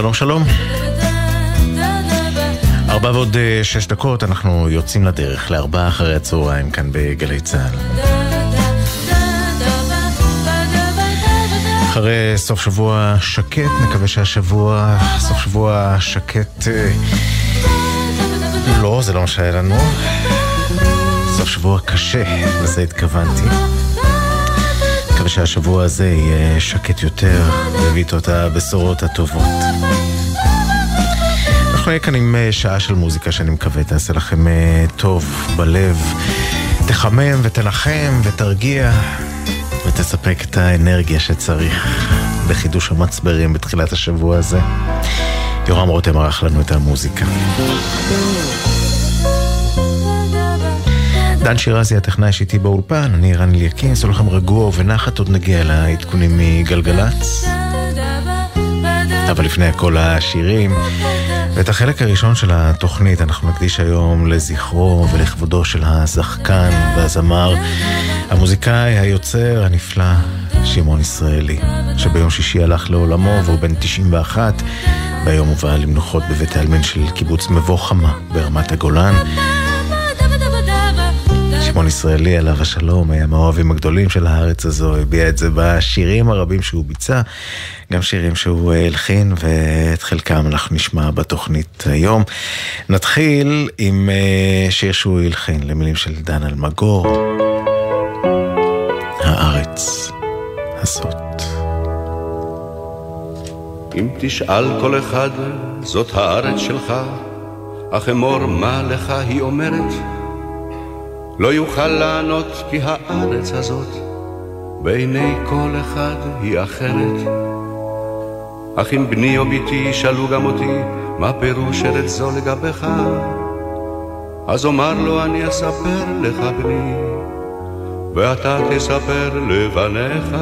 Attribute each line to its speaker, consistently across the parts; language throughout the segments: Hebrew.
Speaker 1: שלום שלום. 4:06, אנחנו יוצאים לדרך ל4 אחרי הצהריים כאן בגלי צהל. אחרי סוף שבוע שקט, נקווה שהשבוע סוף שבוע שקט. לא, זה לא מה שהיה לנו. סוף שבוע קשה, לזה התכוונתי. נקווה שהשבוע הזה יהיה שקט יותר והביא את הבשורות הטובות. אנחנו נהיה כאן עם שעה של מוזיקה שאני מקווה תעשה לכם טוב בלב, תחמם ותנחם ותרגיע ותספק את האנרגיה שצריך בחידוש המצברים בתחילת השבוע הזה. יורם רותם ערך לנו את המוזיקה. דן שירזי הטכנאי שיטי באולפן, אני רן אליקים, עשו לכם רגוע ונחת, עוד נגיע לעדכונים מגלגלץ. אבל לפני הכל השירים, ואת החלק הראשון של התוכנית אנחנו נקדיש היום לזכרו ולכבודו של השחקן והזמר, המוזיקאי, היוצר הנפלא, שמעון ישראלי, שביום שישי הלך לעולמו והוא בן 91, ביום הובא למנוחות בבית העלמין של קיבוץ מבוא חמה ברמת הגולן. שמעון ישראלי עליו השלום היה מהאוהבים הגדולים של הארץ הזו, הביע את זה בשירים הרבים שהוא ביצע, גם שירים שהוא הלחין, ואת חלקם אנחנו נשמע בתוכנית היום. נתחיל עם שיר שהוא הלחין למילים של דן אלמגור, הארץ הזאת.
Speaker 2: אם תשאל כל אחד, זאת הארץ שלך, אך אמור מה לך היא אומרת, לא יוכל לענות, כי הארץ הזאת בעיני כל אחד היא אחרת. אך אם בני או ביתי שאלו גם אותי, מה פירוש ארץ זו לגביך, אז אומר לו אני אספר לך בני, ואתה תספר לבניך.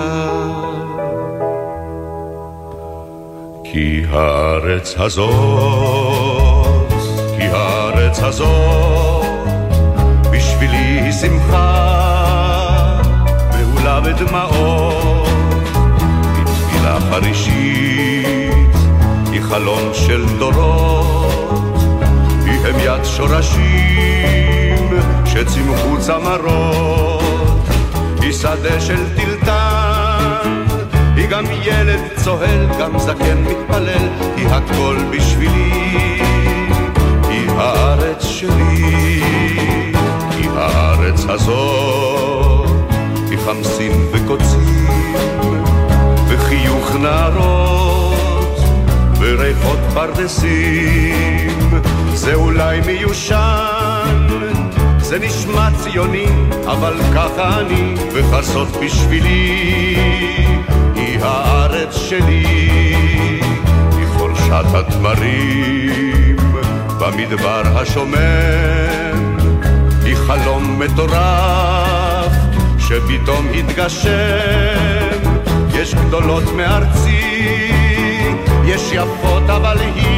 Speaker 2: כי הארץ הזאת, כי הארץ הזאת בשבילי היא שמחה מעולה בדמעות, היא תפילה חרישית, היא חלום של דורות, היא המיית שורשים שצמחו צמרות, היא שדה של טלטן, היא גם ילד צוהל, גם זקן מתפלל, היא הכל בשבילי, היא הארץ שלי. כי הארץ הזאת היא חמסין וקוצים וחיוך נערות וריחות פרדסים. זה אולי מיושן, זה נשמע ציוני, אבל ככה אני, וחסות בשבילי, היא הארץ שלי. היא חורשת התמרים במדבר השומם, היא חלום מטורף שפתאום התגשם. יש גדולות מארצי, יש יפות, אבל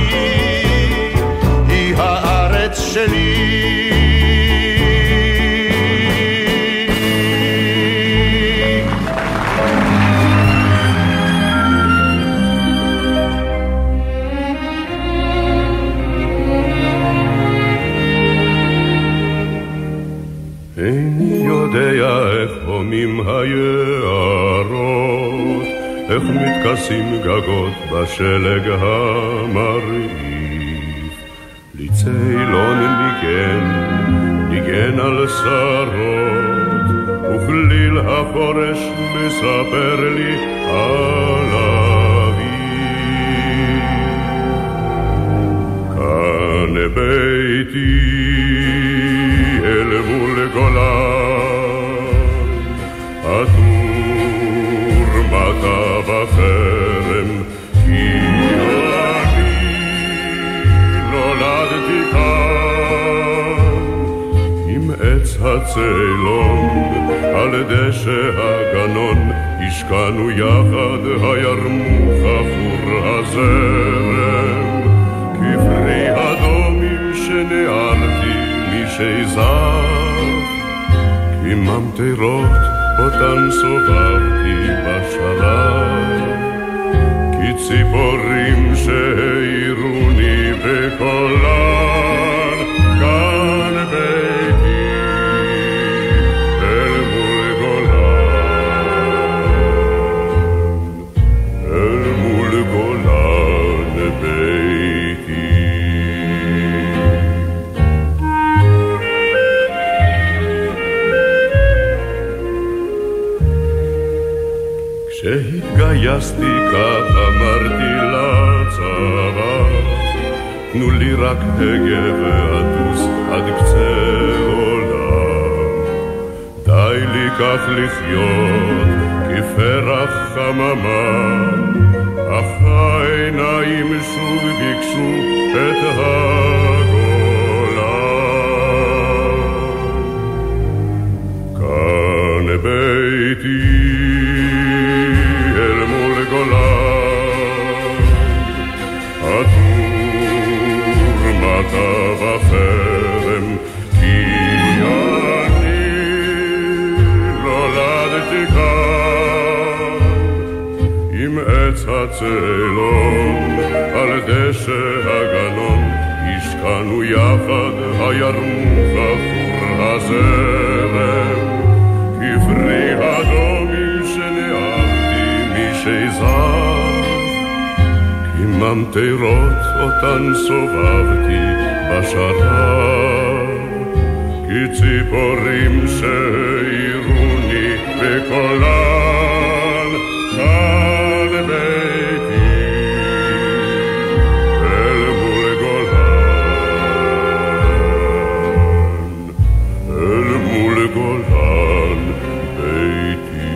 Speaker 2: היא הארץ שלי.
Speaker 3: איני יודע איך הומים היערות, איך מתכסים גגות בשלג המרעיף. לי ציילון ניגן על שרות, וכליל החורש מספר לי על אביב. כאן ביתי אל מול גולן, עטור מטה בחרם, כי אני נולדתי כאן. עם עץ הציילון על דשא הגנון, השקענו יחד, הירמוך עפור הזרם, כפרי אדומים שנעלתי שיזף, כי ממטרות אותן סובבתי בשלב, כי ציפורים שהעירוני בקולן, כאן ביתי אל מול גולן, אל מול גולן ביתי. כשהתגייסתי כך אמרתי לצבא, תנו לי רק הגה ואטוס עד קצה עולם, די לי כך לחיות כפרח חממה, אך העיניים שוב ביקשו את הגולן. כאן ביתי אל מול גולן, עטור מטה וחרם, כי אני נולדתי כאן עם עץ הצאלון על דשא הגנון, השקענו יחד הירמוך עפור הזרם, כפרי הדומים שנערתי משזר, כי ממטרות אותן סובבתי בשרב, כי ציפורים שהעירוני בקולן, כאן ביתי אל מול גולן, אל מול גולן ביתי.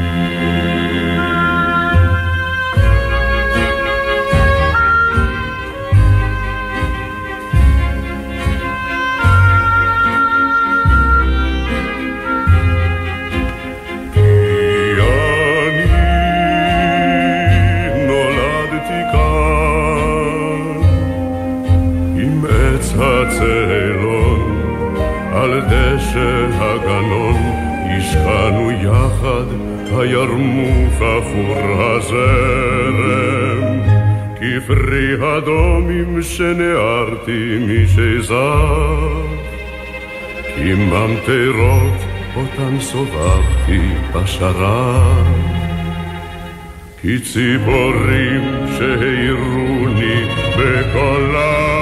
Speaker 3: הצאלון על דשא הגנון, השקענו יחד הירמוך עפור הזרם, כפרי הדומים שנערתי משזר, כי ממטרות אותן סובבתי בשרב, כי ציפורים שהעירוני בקולן,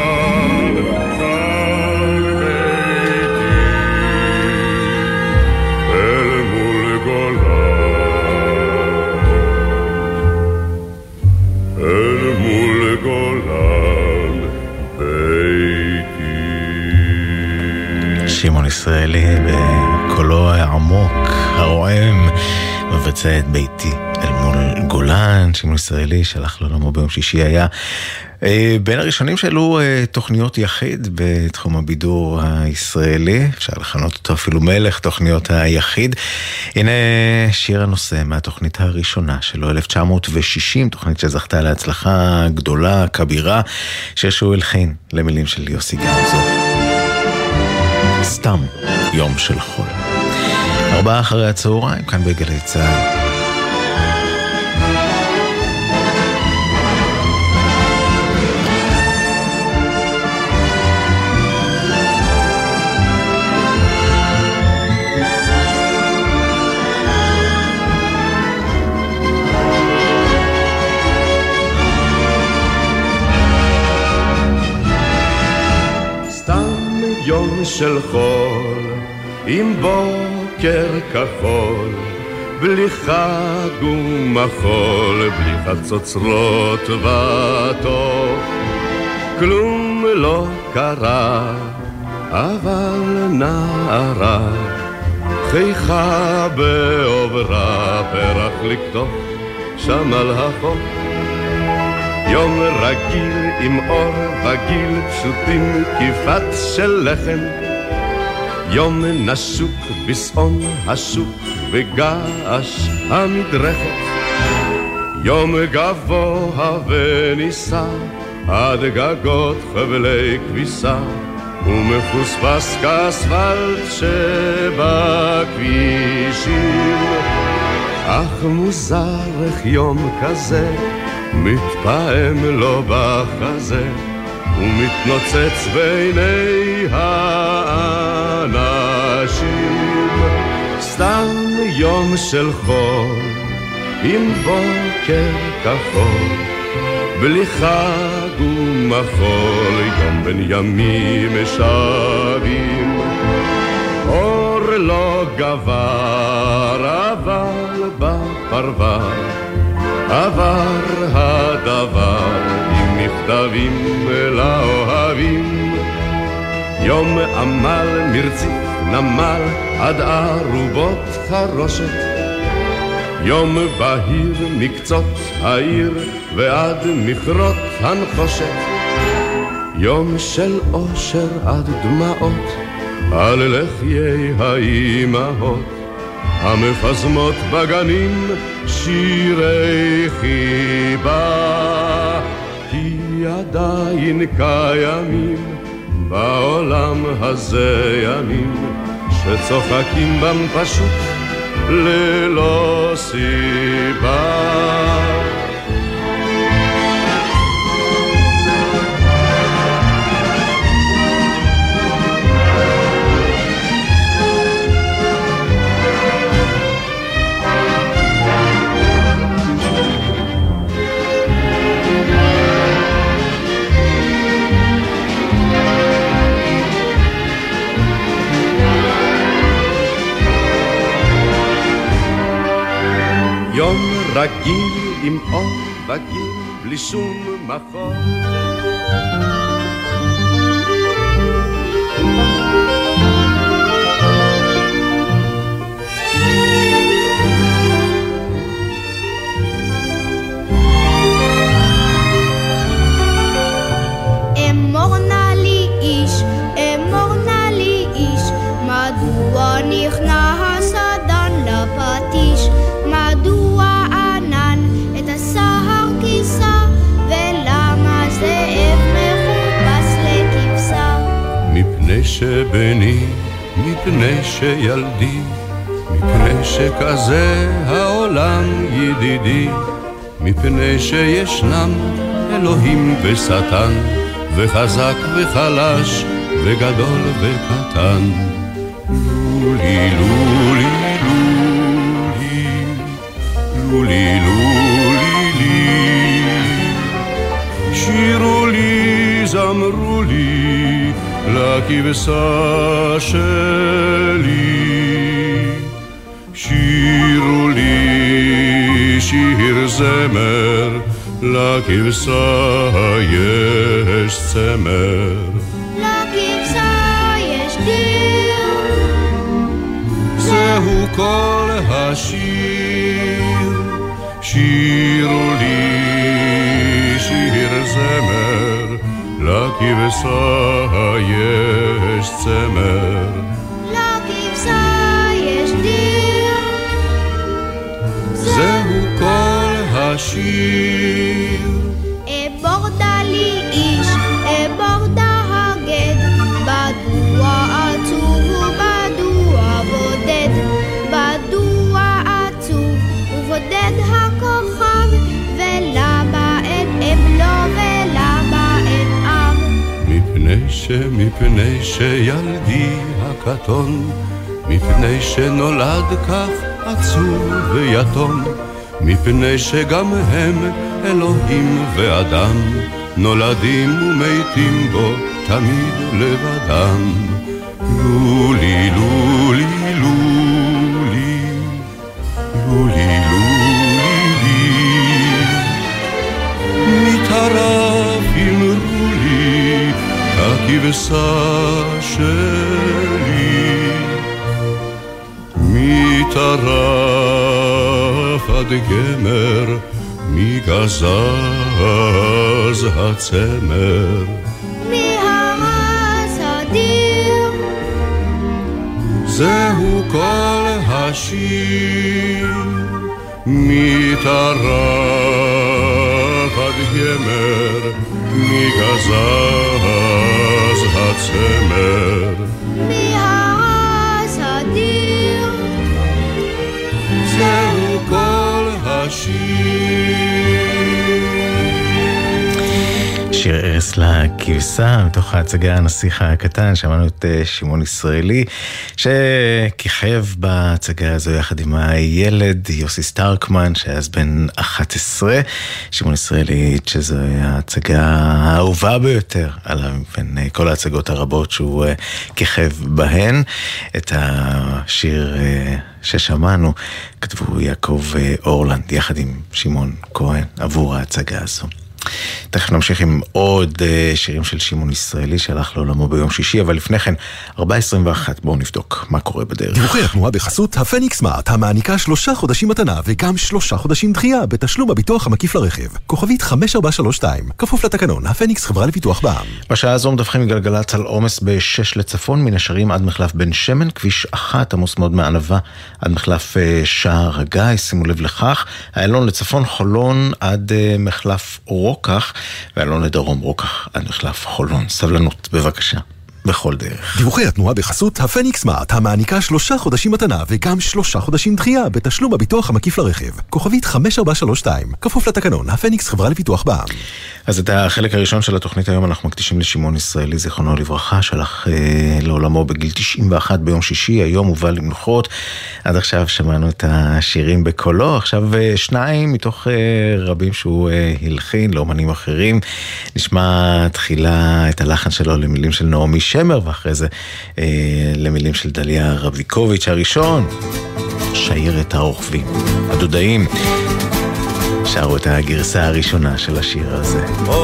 Speaker 1: שמעון ישראלי בקולו העמוק, הרועם, מבצע את ביתי אל מול גולן. שמעון ישראלי שלח לעולמו ביום שישי, היה בין הראשונים שעלו תוכניות יחיד בתחום הבידור הישראלי, אפשר לכנות אותו אפילו מלך תוכניות היחיד. הנה שיר הנושא מהתוכנית הראשונה שלו, 1960, תוכנית שזכתה להצלחה גדולה, כבירה, שיר שהוא הלחין למילים של יוסי גמזו. סתם יום של חול. 4 אחרי הצהריים, כאן בגלי צהל.
Speaker 2: יום של חול עם בוקר כחול, בלי חג ומחול, בלי חצוצרות וטוב, כלום לא קרה, אבל נערה חייכה בעוברה, פרח לקטוף שם על החוף. יום רגיל עם אור וגיל פשוטים, כיפת של לחם, יום נשוק בסעון השוק וגעש המדרכת, יום גבוה וניסה עד גגות חבלי כביסה, ומחוספס כאספלט שבכבישים. אך מוזר איך יום כזה
Speaker 3: מתפעם לו בחזה ומתנוצץ בעיני האנשים. סתם יום של חול עם בוקר כחול, בלי חג ומחול, יום בין ימים שבים. אור לא גבר אבל בפרווה עבר הדבר, עם מכתבים לאוהבים. יום עמל מרציף נמל עד ארובות חרושת, יום בהיר מקצות העיר ועד מכרות הנחושת. יום של אושר עד דמעות על לחיי האימהות, המפזמות בגנים שירי חיבה. כי עדיין קיימים בעולם הזה ימים שצוחקים בם פשוט ללא סיבה. יום רגיל עם אור וגיל בלי שום מחול.
Speaker 4: אמור נא לי איש, אמור נא לי איש, מדוע נכנע הסדן לפטיש? מדוע ענן את הסהר כיסה, ולמה זאב מחופש לכבשה?
Speaker 3: מפני שבני, מפני שילדי, מפני שכזה העולם ידידי, מפני שישנם אלוהים ושטן, וחזק וחלש וגדול וקטן. לולי לולי לולי לולי לי, שירו לי זמרו לי לכבשה שלי. שירו לי שיר זמר, לכבשה יש צמר.
Speaker 4: לכבשה יש דיר,
Speaker 3: זהו כל השיר. שירו לי שיר זמר, לכבשה יש צמר.
Speaker 4: לכבשה יש דיר,
Speaker 3: זהו כל השיר.
Speaker 4: אבור דלי איש, אבור דהגד, בדוע עצוב ובדוע בודד, בדוע עצוב ובודד הכוכב, ולמה את אבלו ולמה את אב?
Speaker 3: מפני שילדי הקטון, מפני שנולד כך עצוב ויתום, מפני שגם הם אלוהים ואדם, נולדים ומתים בו תמיד לבדם. לולי לולי לולי לולי לולי, מתערף אמרו לי הכבשה שלי, מתערף עד גמר מגזז הצמר.
Speaker 4: מהרס הדיר,
Speaker 3: זהו כל השיר. מתערף עד גמר מגזז הצמר.
Speaker 4: מהרס הדיר,
Speaker 3: זהו כל השיר.
Speaker 1: הרס לכבשה, מתוך ההצגה הנסיך הקטן, שמענו את שמעון ישראלי, שכיכב בהצגה הזו יחד עם הילד יוסי סטרקמן, שהיה אז בן 11. שמעון ישראלי, שזו ההצגה האהובה ביותר עליו, בין כל ההצגות הרבות שהוא כיכב בהן. את השיר ששמענו כתבו יעקב אורלנד יחד עם שמעון כהן עבור ההצגה הזו. תכף נמשיך עם עוד שירים של שמעון ישראלי שהלך לעולמו ביום שישי, אבל לפני כן 4:21, בואו נבדוק מה קורה בדרך.
Speaker 5: דיווחי התנועה בחסות הפניקס סמארט, המעניקה 3 חודשים מתנה וגם 3 חודשים דחייה בתשלום הביטוח המקיף לרכב. כוכבית 5432, כפוף לתקנון, הפניקס חברה לפיתוח בע"מ.
Speaker 1: בשעה הזו מדווחים מגלגלצ על עומס ב6 לצפון, מנשרים עד מחלף בן שמן, כביש 1 עמוס מאוד מענבה עד מחלף שער הגיא, שימו לב לכך. איילון לצפון חולון עד מחלף רוקח, ואיילון לדרום רוקח עד מחלף חולון. סבלנות בבקשה בכל דרך.
Speaker 5: דיווחי התנועה בחסות הפניקס סמארט, המעניקה 3 חודשים מתנה וגם 3 חודשים דחייה בתשלום הביטוח המקיף לרכב. כוכבית 5432, כפוף לתקנון, הפניקס חברה לפיתוח בע"מ.
Speaker 1: אז את החלק הראשון של התוכנית היום אנחנו מקדישים לשמעון ישראלי, זיכרונו לברכה, שהלך לעולמו בגיל 91 ביום שישי, היום הובא למנוחות. עד עכשיו שמענו את השירים בקולו, עכשיו 2 מתוך רבים שהוא הלחין לאומנים אחרים. נשמע תחילה את הלחן שלו למילים של נעמי שמר, ואחרי זה למילים של דליה רביקוביץ'. הראשון, שיירת הרוכבים, הדודאים שרו את הגרסה הראשונה של השיר הזה.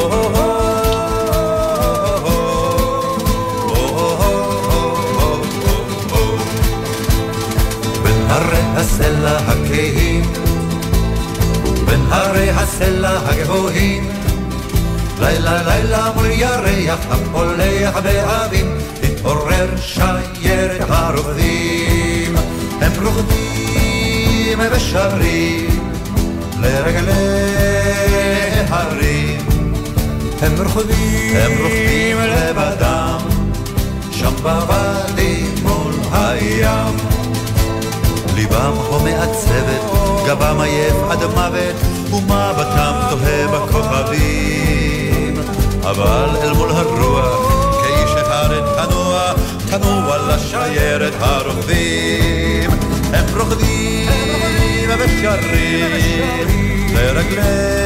Speaker 6: בין הרי הסלע הכהים, בין הרי הסלע הגבוהים, לילה לילה מול ירח הפולח באבים, תתעורר שיירת הרוכבים. הם רוקדים ושרים לרגלי הרים, הם רוכבים לבדם שם בוואדי מול הים. ליבם כה מעצבת, גבם עייף עד מוות, ומבטם תוהה בכוכבים. אבל אל מול הרוח כאיש אחד תנוע לשיירת הרוכבים. הם רוקדים ושרים לרגלי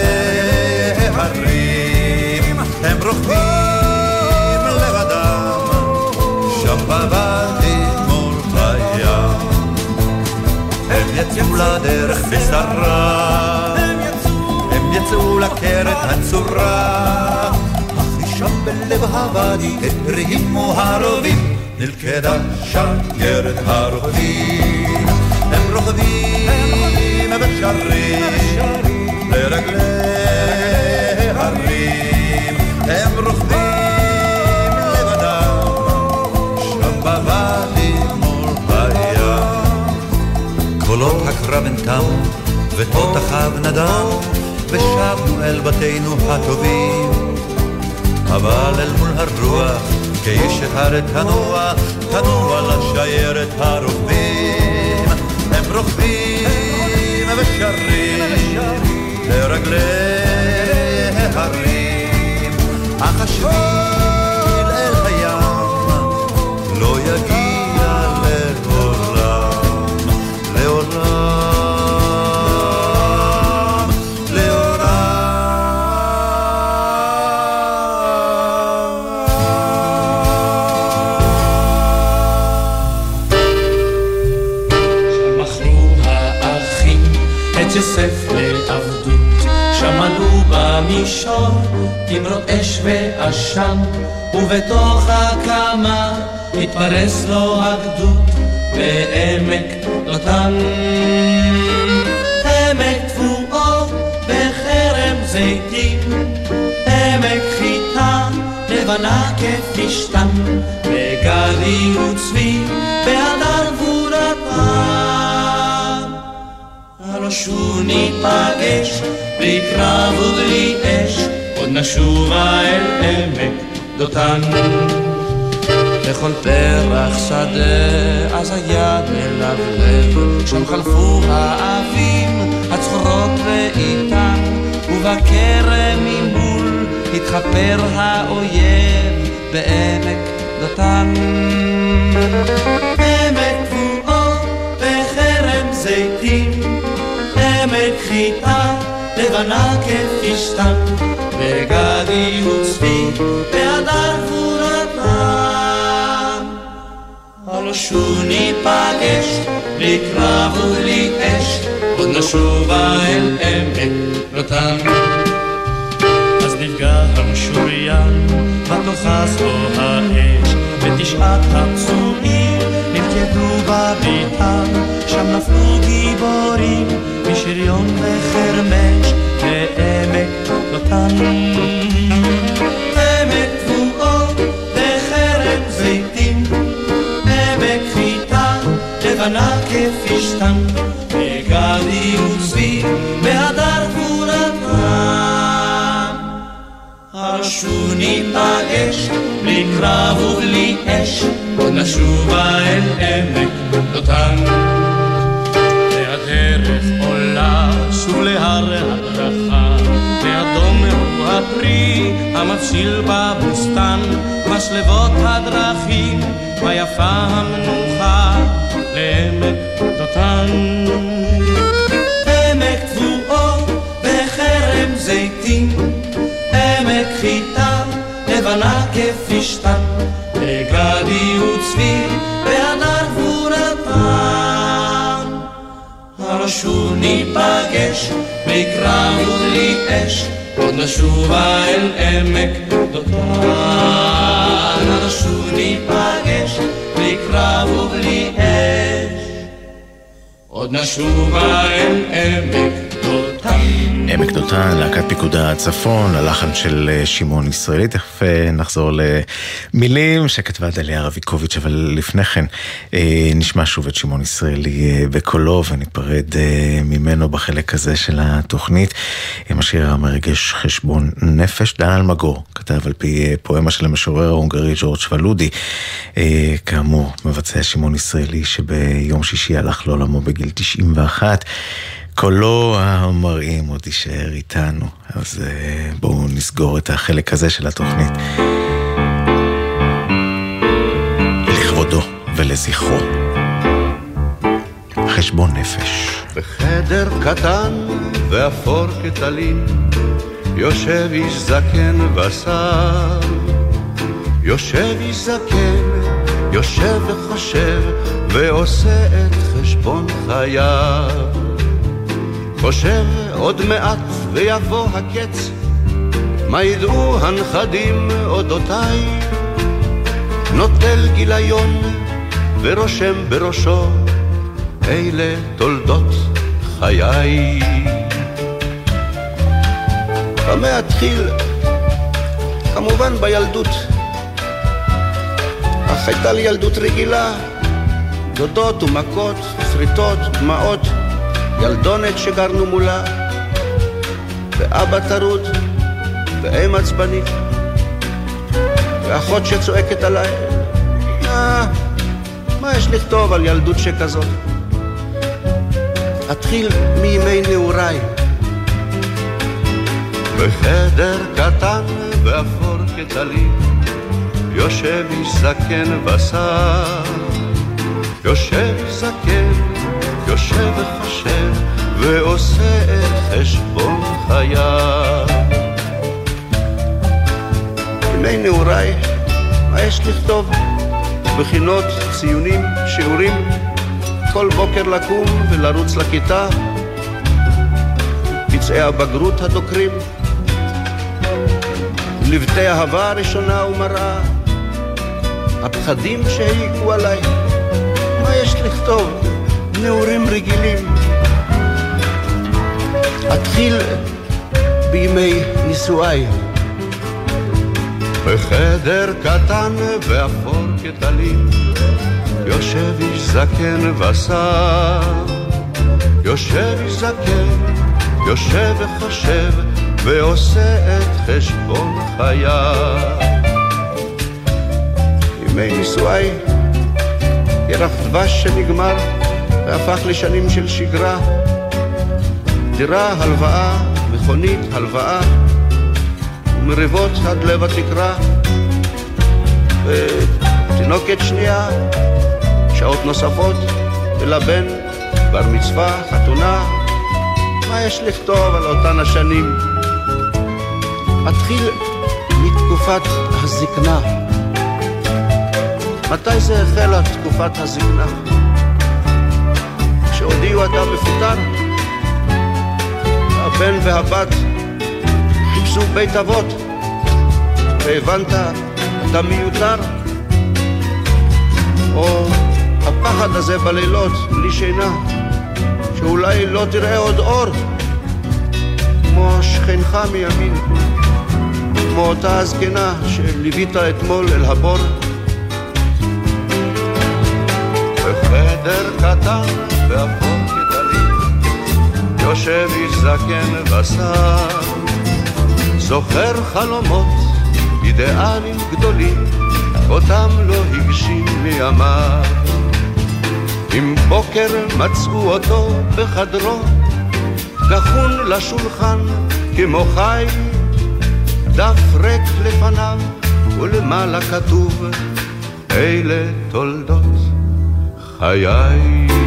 Speaker 6: הרים, הם רוכבים לבדם שם בוואדי מול הים. הם יצאו לדרך בשרה, הם יצאו לקרת הצורה, אך שם בלב הוואדי הרימו הרובים, נלכדה שיירת הרוכבים. הם רוכבים ושרים לרגלי הרים, הם רוכבים לבדם שם בוואדי מול הים. קולות הקרב נתם ותותחיו נדם, ושבנו אל בתינו הטובים. אבל אל מול הרוח כאיש אחד תנוע לשיירת הרוכבים. הם רוכבים ושרים לרגלי הרים, אך השביל אל הים לא יגיע לעולם, לעולם.
Speaker 7: יוסף לעבדות, שמענו במישור תמרות אש ועשן, ובתוך הקמה התפרס לו הגדוד בעמק לוטן. עמק תבואות בחרם זיתים, עמק חיטה לבנה כפשתן, וגדי וצבי בהדר גבורתם. שוב ניפגש בלי קרב ובלי אש, עוד נשובה אל עמק דותן. לכל פרח שדה אז היד מלבלב, שם חלפו האבים הצחורות ואיתן, ובכרם ממול התחפר האויב בעמק דותן. עמק תבואו בחרם זיתים, עמק חיטה לבנה כפשתן, בגדי וצבי בהדר גבורתם. הלא שוב ניפגש בלי קרב ובלי אש, עוד נשובה אל עמק דותן. אז נפגע המשוריין ותוכס לו האש, ותשעת הפצועים נלכדו בביתם, שם נפלו גיבורים משריון וחרמש בעמק דותן. עמק תבואו בחרם זיתים, עמק חיטה לבנה כפשתן, בגדי וצבי בהדר גבורתם. הרשו ניפגש בלי קרב ובלי אש, עוד נשובה אל עמק דותן. והדרך עולה שוב להר הדרכה, ואדום הוא הפרי המבשיל בבוסתן, משלבות הדרכים ויפה המנוחה לעמק דותן. עמק תבואו בחרם זיתים, עמק חיטה לבנה כפשתן, בגדי וצבי בהדר גבורתם. הרשו ניפגש בלי קרב ובלי אש, עוד נשובה אל עמק דותן. הרשו ניפגש בלי קרב ובלי אש, עוד נשובה אל עמק דותן.
Speaker 1: עמק דותן, להקת פיקוד הצפון, הלחן של שמעון ישראלי. תכף נחזור למילים שכתבה דליה רביקוביץ', אבל לפני כן נשמע שוב את שמעון ישראלי בקולו, וניפרד ממנו בחלק הזה של התוכנית עם השיר המרגש חשבון נפש. דן אלמגור כתב על פי פואמה של המשורר ההונגרי ג'ורג' ולודי. כאמור, מבצע שמעון ישראלי שביום שישי הלך לעולמו בגיל 91. קולו המראים עוד יישאר איתנו, אז בואו נסגור את החלק הזה של התוכנית לכבודו ולזכרו. חשבון נפש.
Speaker 2: בחדר קטן ואפור כטלין, יושב איש זקן ושר, יושב איש זקן, יושב וחושב ועושה את חשבון חייו. חושב עוד מעט ויבוא הקץ, מה ידעו הנכדים אודותיי. נוטל גיליון ורושם בראשו, אלה תולדות חיי. במה אתחיל? כמובן בילדות. אך הייתה לי ילדות רגילה, דודות ומכות, שריטות, דמעות, ילדונת שגרנו מולה, ואבא טרוד, ואם עצבנית, ואחות שצועקת עליי. מה יש לכתוב על ילדות שכזאת? אתחיל מימי נעוריי. בחדר קטן ואפור כטלין, יושב איש זקן ושר, יושב זקן, יושב וחושב ועושה את חשבון חייו. ימי נעוריי, מה יש לכתוב? בחינות, ציונים, שיעורים, כל בוקר לקום ולרוץ לכיתה, פצעי הבגרות הדוקרים, לבטי אהבה ראשונה ומראה, הפחדים שהעיקו עליי. מה יש לכתוב? נעורים רגילים. אתחיל בימי נישואיי. בחדר קטן ואפור כטלין, יושב איש זקן ושר, יושב איש זקן, יושב וחושב ועושה את חשבון חייו. ימי נישואיי, ירח דבש שנגמר והפך לשנים של שגרה, דירה הלוואה, מכונית הלוואה, מריבות עד לב התקרה, ותינוקת שנייה, שעות נוספות, ולבן, בר מצווה, חתונה. מה יש לכתוב על אותן השנים? מתחיל מתקופת הזקנה. מתי זה החלה תקופת הזקנה? כשהודיעו אתה מפוטר, הבן והבת חיפשו בית אבות, והבנת אתה מיותר, או הפחד הזה בלילות בלי שינה, שאולי לא תראה עוד אור, כמו שכנך מימין, כמו אותה הזקנה שליווית אתמול אל הבור. בחדר קטן ואפור כדלי יושב איש זקן בשר, זוכר חלומות אידיאלים גדולים, אותם לא הגשים מימיו. עם בוקר מצאו אותו בחדרו, דחון לשולחן כמו חי, דף ריק לפניו ולמעלה כתוב אלה תולדות חיי.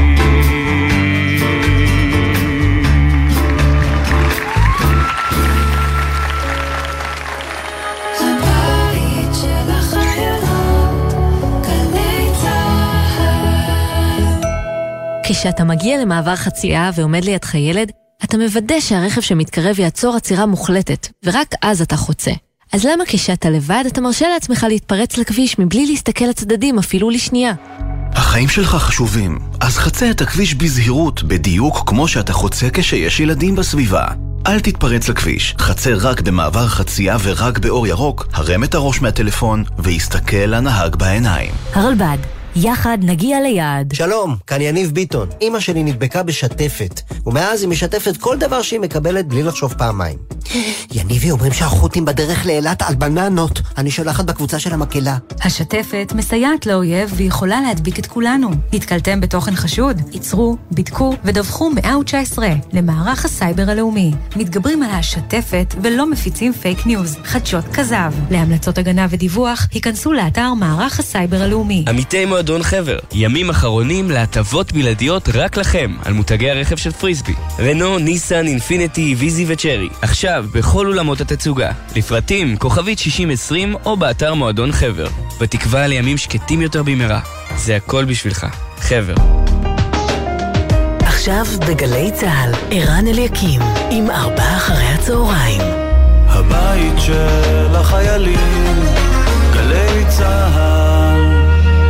Speaker 8: כשאתה מגיע למעבר חצייה ועומד לידך ילד, אתה מוודא שהרכב שמתקרב יעצור עצירה מוחלטת, ורק אז אתה חוצה. אז למה כשאתה לבד אתה מרשה לעצמך להתפרץ לכביש מבלי להסתכל לצדדים אפילו לשנייה?
Speaker 9: החיים שלך חשובים, אז חצה את הכביש בזהירות, בדיוק כמו שאתה חוצה כשיש ילדים בסביבה. אל תתפרץ לכביש, חצה רק במעבר חצייה ורק באור ירוק, הרם את הראש מהטלפון והסתכל לנהג בעיניים.
Speaker 10: הרלב"ד, יחד נגיע ליעד.
Speaker 11: שלום, כאן יניב ביטון. אמא שלי נדבקה בשתפת, ומאז היא משתפת כל דבר שהיא מקבלת בלי לחשוב פעמיים. יניבי, אומרים שהחות'ים בדרך לאילת על בננות. אני שולחת בקבוצה של המקהלה.
Speaker 10: השתפת מסייעת לאויב ויכולה להדביק את כולנו. התקלתם בתוכן חשוד? ייצרו, בדקו ודווחו 119 למערך הסייבר הלאומי. מתגברים על השתפת ולא מפיצים פייק ניוז, חדשות כזב. להמלצות הגנה ודיווח, היכנסו לאתר מערך הסייבר הלאומי.
Speaker 12: עמיתי מועדון חבר, ימים אחרונים להטבות בלעדיות רק לכם על מותגי הרכב של פריסבי. רנו, ניסן, אינפיניטי, ויזי וצ'רי. עכשיו בכל אולמות התצוגה. לפרטים כוכבית 6020 או באתר מועדון חבר. בתקווה לימים שקטים יותר במהרה. זה הכל בשבילך. חבר.
Speaker 10: עכשיו בגלי צהל, ערן אליקים עם 4:00
Speaker 6: הבית של החיילים, גלי צהל.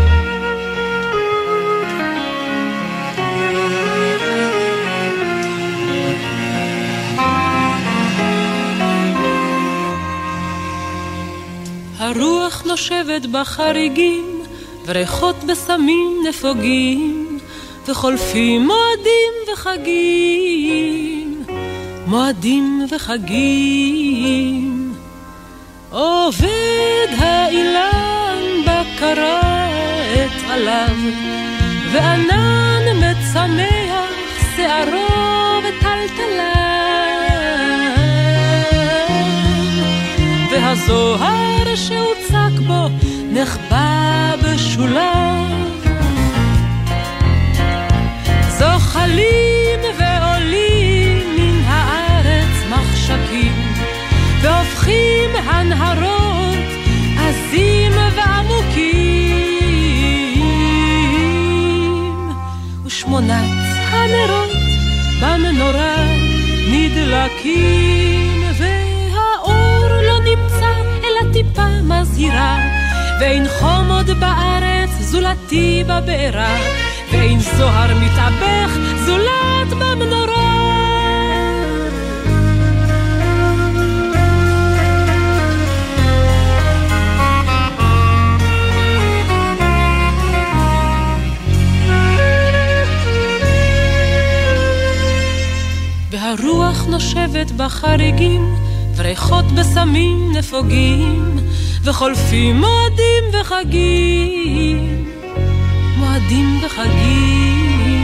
Speaker 13: הרוח נושבת בחריגים, וריחות בסמים נפוגים, וחולפים מועדים וחגים, מועדים וחגים. עובד האילן בקרת עליו, וענן מצמח שערו וטלטליו, והזוהר שהוצק בו נחבא בשולב. זוחלים ועולים מן הארץ מחשקים, והופכים הנהרות עזים ועמוקים, ושמונת הנרות במנורה נדלקים, והאור לא נמצא אלא טיפה מזהירה, ואין חום עוד בארץ זולתי בבארה, ואין זוהר מתאבך זולת במנורה. והרוח נושבת בחריגים, וריחות בסמים נפוגים, וחולפים מועדים וחגים, מועדים וחגים.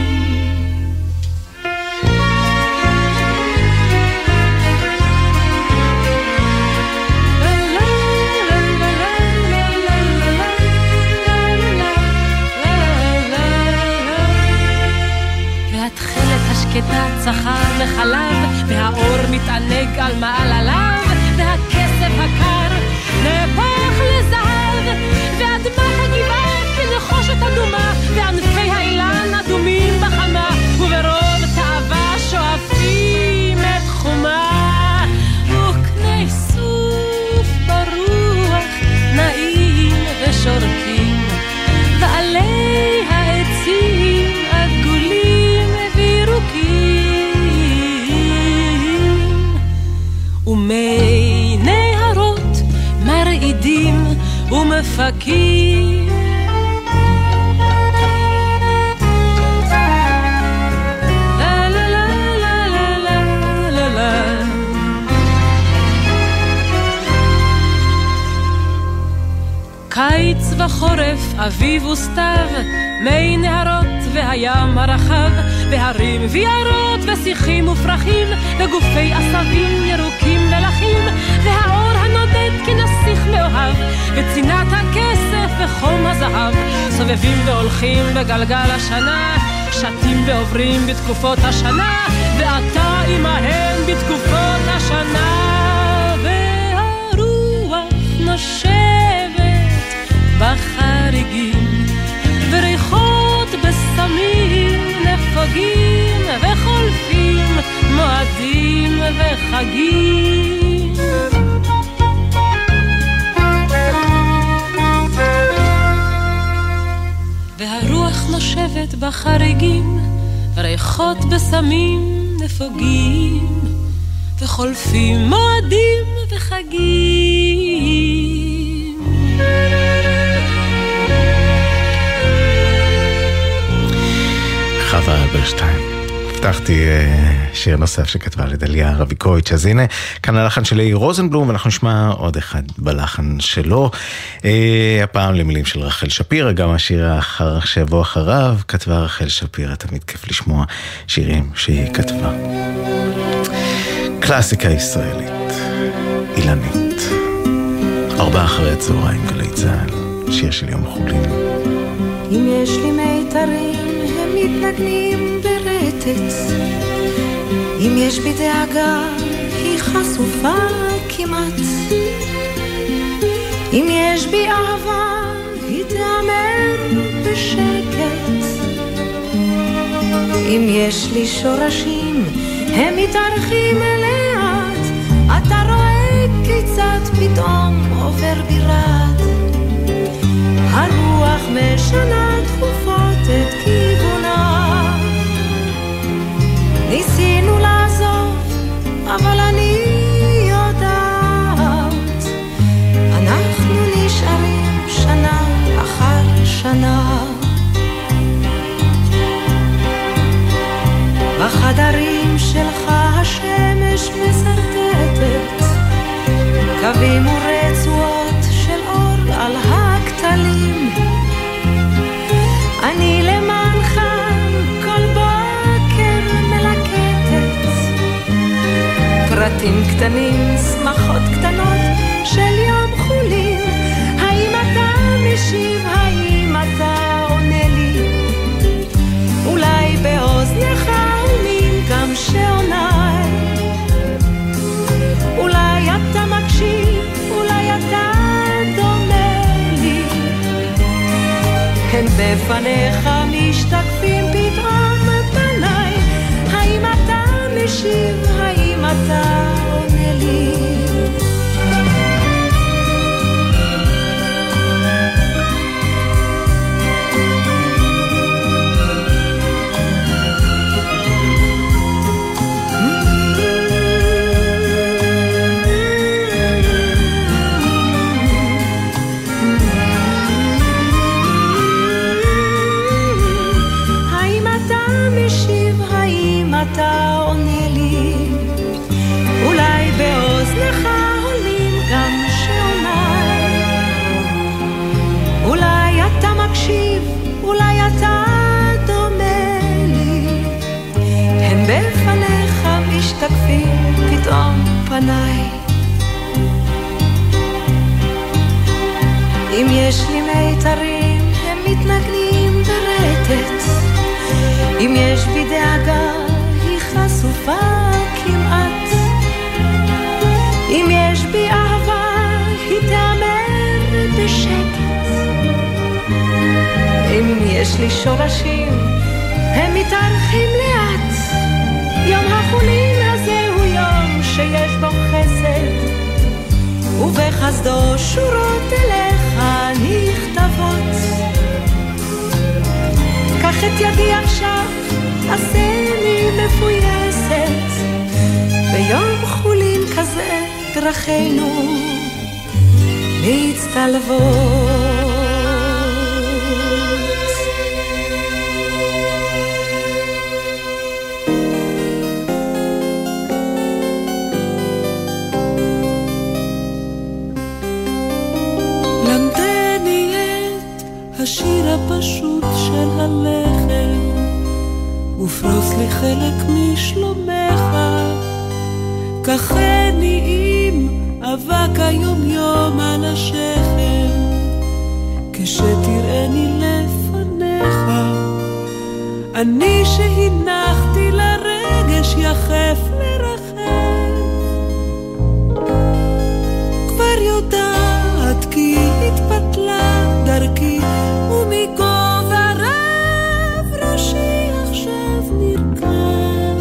Speaker 13: שקטה צחה לחלב, והאור מתענג על מעלליו, והכסף הקר נהפך לזהב, ואדמת הגבעה כנחושת אדומה, וענפי האילן אדומים בחמה, וברוב תאווה שואפים את חומה, וקני סוף ברוח נעים ושורקים, ועלי העצים עגולים וירוקים, ומי נהרות מרעידים ומפקים, קיץ וחורף, אביב וסתיו, מי נהרות והים הרחב, והרים ויערות ושיחים ופרחים, וגופי עשבים ירוקים ולחים, והאור הנודד כנסיך מאוהב, וצינת הכסף וחום הזהב, סובבים והולכים בגלגל השנה, שתים ועוברים בתקופות השנה, ואתה עמהם בתקופות השנה, והרוח נושבת בחריגים, וריחות בסמים נפגים, וחולפים מועדים וחגים. והרוח נושבת בחריגים, וריחות בסמים נפגים, וחולפים מועדים וחגים.
Speaker 1: חווה אלברשטיין. הבטחתי שיר נוסף שכתבה לדליה רביקוביץ', אז הנה, כאן הלחן של יאיר רוזנבלום, ואנחנו נשמע עוד אחד בלחן שלו, הפעם למילים של רחל שפירא, גם השיר שיבוא אחריו, כתבה רחל שפירא, תמיד כיף לשמוע שירים שהיא כתבה. קלאסיקה ישראלית, אילנית, 4 אחרי הצהריים, גלי צהל, שיר של יום חולין.
Speaker 14: אם יש לי מיתרים הם מתנגנים ברטץ, אם יש בי דאגה היא חשופה כמעט, אם יש בי אהבה היא תאמר בשקט, אם יש לי שורשים הם מתארחים לאט, אתה רואה כיצד פתאום עובר בירת, הרוח משנה תחופות את כיוונה, ניסינו לעזוב אבל אני יודעת, אנחנו נשארים שנה אחר שנה, בחדרים שלך השמש מסרטטת קווים ורצועות של אור על הכתלים, אני למענך כל בוקר מלקטת פרטים קטנים, שמחות קטנות של יום חולין, האם אתה משיב, האם אתה עונה לי, אולי באוזנך מין גם שעונה, אולי אתה מקשיב, אולי אתה דומה לי, הן בפניך משתקפים פתאום פניי, האם אתה משיב, האם אתה עונה לי, השורשים הם מתארחים לאט. יום החולין הזה הוא יום שיש בו חסד, ובחסדו שורות אליך נכתבות. קח את ידי עכשיו, עשני מפויסת, ביום חולין כזה דרכינו מצטלבות.
Speaker 13: למדני את השיר הפשוט של הלחם, ופרוס לי חלק משלומך, כחני עם אבק היום יום על השכם, כשתראני לפניך, אני שהנחתי לרגש יחף לרחם, כבר יודעת כי התפתלה דרכי, ומגובה רב ראשי עכשיו נרכב,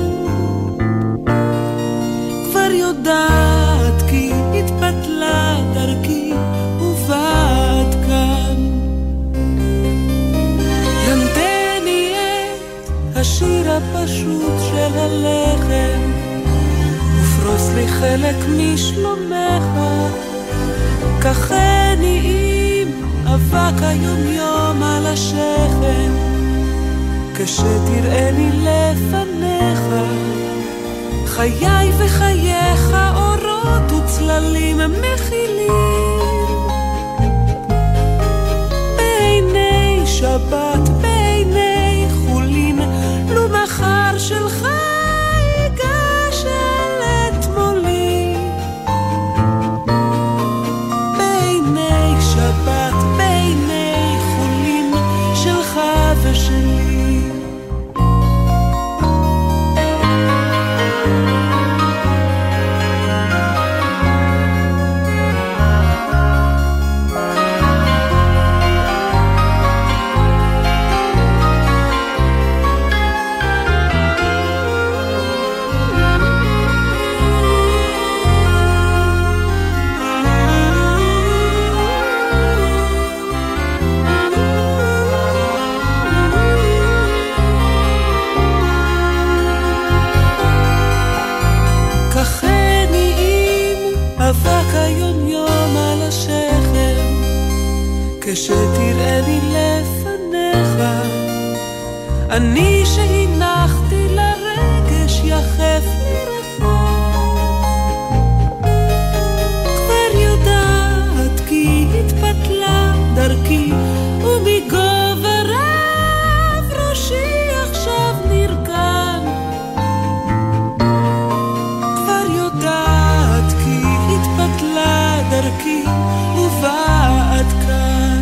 Speaker 13: כבר יודעת כי התפתלה דרכי ובאת כאן. למדני את השיר הפשוט של הלחם, ופרוס לי חלק משלומך, כחני עם אבק היום יום על השכם, כשתראני לפניך, חיי וחייך אורות וצללים מכילים, בעיני שבת בעיני חולין, לו מחר שלך ייגש על אתמולי, בעיני שבת בעיני חולין שלך ושלי. כשתראני לפניך, אני שהנחתי לרגש יחף לרחוב, כבר יודעת כי התפתלה דרכי, ומגובה רב ראשי עכשיו נרכן, כבר יודעת כי התפתלה דרכי ובאת כאן.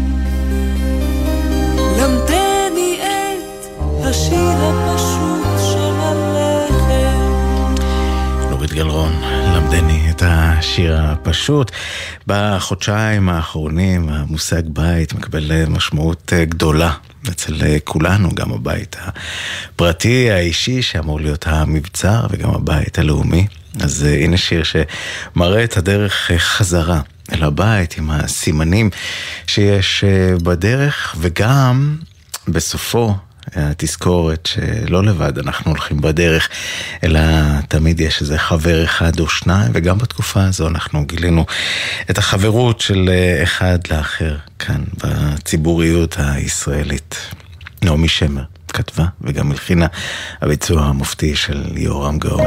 Speaker 13: למדני את השיר הפשוט של הלחם.
Speaker 1: נורית גלרון, למדני את השיר הפשוט. בחודשיים האחרונים המושג בית מקבל משמעות גדולה אצל כולנו, גם הבית הפרטי, האישי, שאמור להיות המבצר, וגם הבית הלאומי. אז הנה שיר שמראה את הדרך חזרה אל הבית, עם הסימנים שיש בדרך, וגם בסופו התזכורת שלא לבד אנחנו הולכים בדרך, אלא תמיד יש איזה חבר אחד או שניים, וגם בתקופה הזו אנחנו גילינו את החברות של אחד לאחר כאן בציבוריות הישראלית. נעמי שמר כתבה וגם מלחינה, הביצוע המופתי של יורם גאון.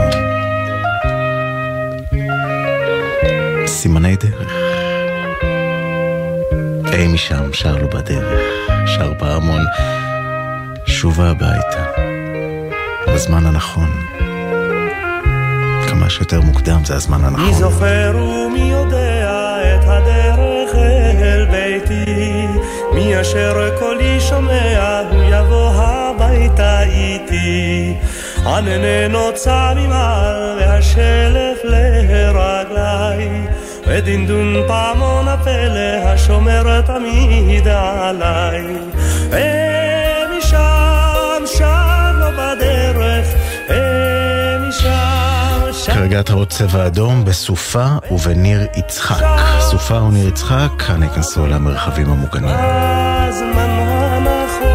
Speaker 1: סימני דרך. אי משם שר לו בדרך, שר פעמון, שובה הביתה בזמן הנכון, כמה שיותר מוקדם זה הזמן הנכון.
Speaker 15: מי זוכר ומי יודע את הדרך אל ביתי, מי אשר קולי שומע הוא יבוא הביתה איתי, ענני נוצה ממעל והשלף לרגלי, ודינדון פעמון הפלא השומר תמיד עליי.
Speaker 1: הצגת רעות צבע אדום בסופה ובניר יצחק. סופה וניר יצחק, כאן ייכנסו למרחבים המוגנים.
Speaker 15: הזמן הנכון,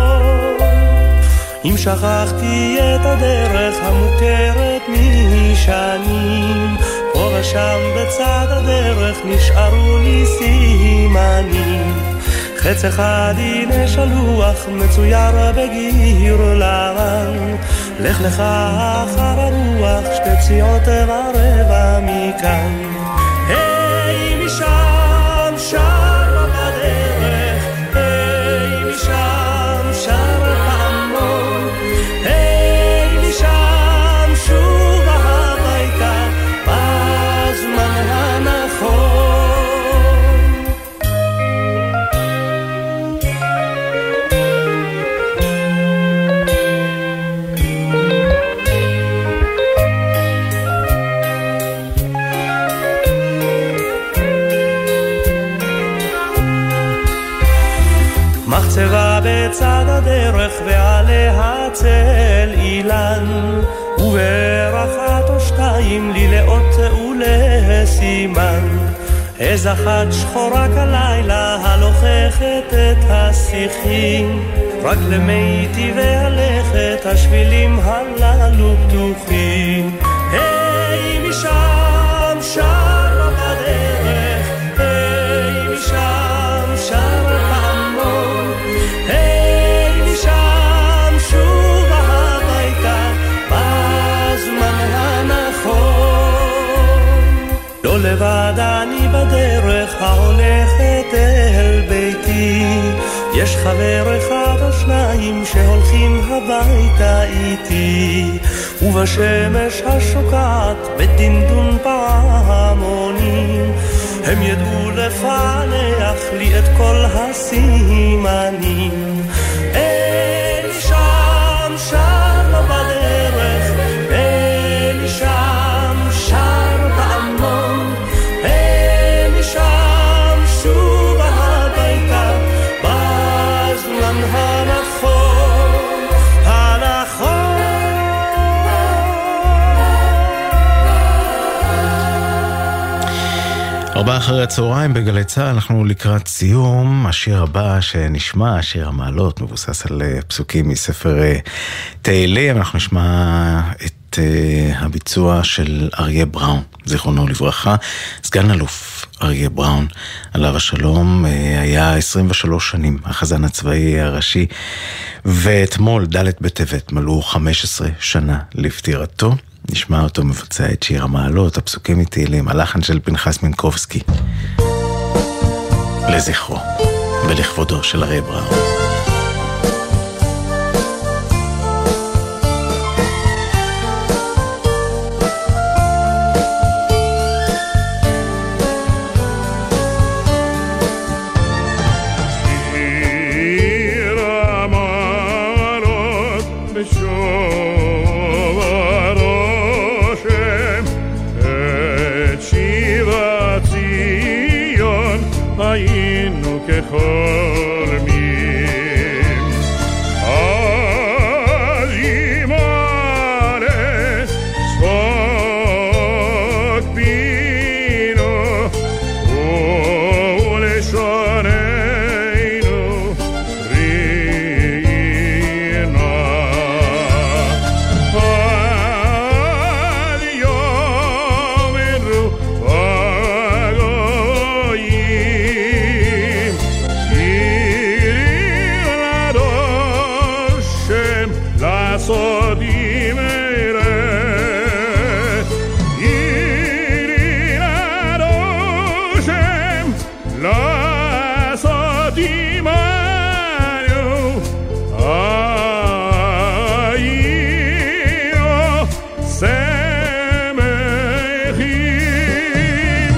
Speaker 15: אם שכחתי את הדרך המוכרת משנים, פה ושם בצד הדרך נשארו לי סימנים. חץ אחד הנה שלוח מצויר בגיר לבן, לך לך אחר הרוח שתי ציעות ורבע מכאן. היי משם שר בדרך, היי משם שר פעמון, היי משם שוב הביתה בזמן הנכון. מחצבה בצד הדרך ועליה צל אילן, וברחת או שתיים לי לאות ולסימן. איזה אחת שחורה כלילה הלוחכת את השיחים, רק למיתי והלכת השבילים הללו פתוחים. היי משם שר בדרך, היי משם שר פעמון, היי משם שוב הביתה בזמן הנכון. לא לבד אני בדרך ההולכת אל ביתי, יש חבר אחד או שניים שהולכים הביתה איתי, ובשמש השוקעת בדינדון פעמונים הם ידעו לפענח לי את כל הסימנים. אלי שם שר בדרך, אלי שם שר פעמון, אלי שם שוב הביתה בזמן הנכון, הנכון.
Speaker 1: ארבע אחרי הצהריים בגלי צהל, אנחנו לקראת סיום. השיר הבא שנשמע, שיר המעלות, מבוסס על פסוקים מספר תהילים. אנחנו נשמע את הביצוע של אריה בראון, זיכרונו לברכה. סגן אלוף אריה בראון, עליו השלום, היה 23 שנים החזן הצבאי הראשי, ואתמול ד' בטבת מלאו 15 שנה לפטירתו. נשמע אותו מבצע את שיר המעלות, הפסוקים מתהילים, הלחן של פנחס מינקובסקי, לזכרו ולכבודו של אריה בראון.
Speaker 3: היינו כחולמים, אז ימלא צחוק פינו ולשוננו ראיינה, עד יאמרו הגויים לעשודים אלה, ירי לדושם לעשודים אנו, היינו שמחים.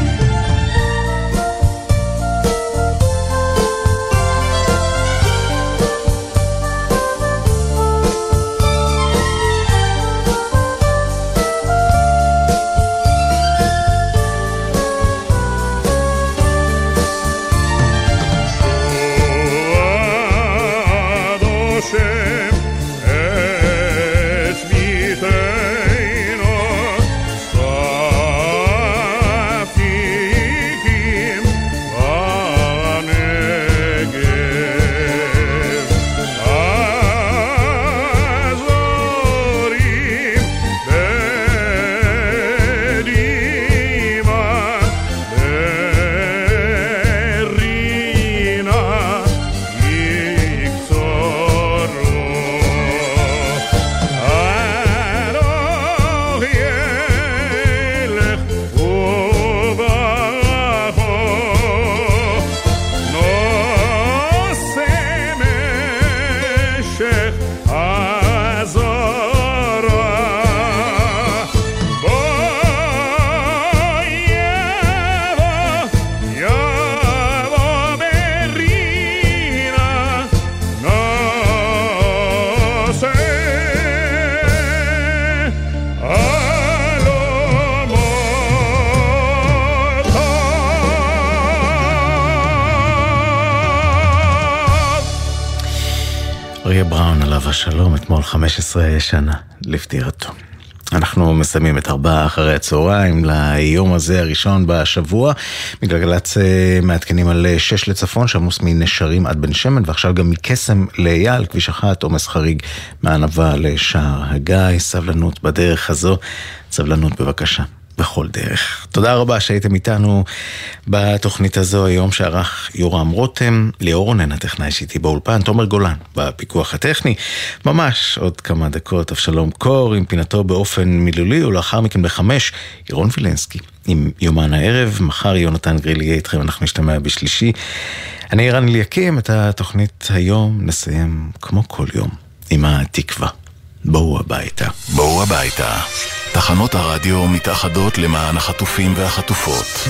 Speaker 1: אריה בראון עליו השלום, אתמול 15 שנה לפטירתו. אנחנו מסיימים את 4 אחרי הצהריים ליום הזה הראשון בשבוע. מגלגלצ מעדכנים על 6 לצפון, שעמוס מנשרים עד בן שמן, ועכשיו גם מקסם לאייל, כביש 1, עומס חריג מענבה לשער הגיא. סבלנות בדרך הזו, סבלנות בבקשה. בכל דרך. תודה רבה שהייתם איתנו בתוכנית הזו היום, שערך יורם רותם, ליאור רונן הטכנאי שאיתי באולפן, תומר גולן בפיקוח הטכני. ממש עוד כמה דקות אבשלום קור עם פינתו באופן מילולי, ולאחר מכן ב5 ירון וילנסקי עם יומן הערב. מחר יונתן גריל יהיה איתכם, אנחנו נשתמע בשלישי. אני ערן אליקים. את התוכנית היום נסיים כמו כל יום עם התקווה. בואו הביתה.
Speaker 5: בואו הביתה. תחנות הרדיו מתאחדות למען החטופים והחטופות.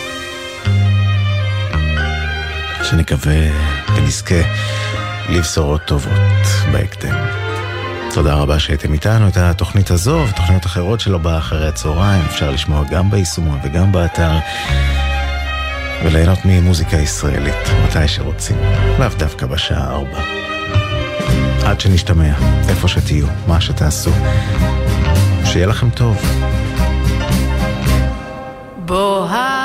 Speaker 1: שנקווה ונזכה לבשורות טובות בהקדם. תודה רבה שהייתם איתנו. את התוכנית הזו ותוכניות אחרות שלא באה אחרי הצהריים אפשר לשמוע גם ביישומון וגם באתר, וליהנות ממוזיקה ישראלית מתי שרוצים, לאו דווקא בשעה 4. עד שנשתמע, איפה שתהיו, מה שתעשו, שיהיה לכם טוב.
Speaker 14: בוא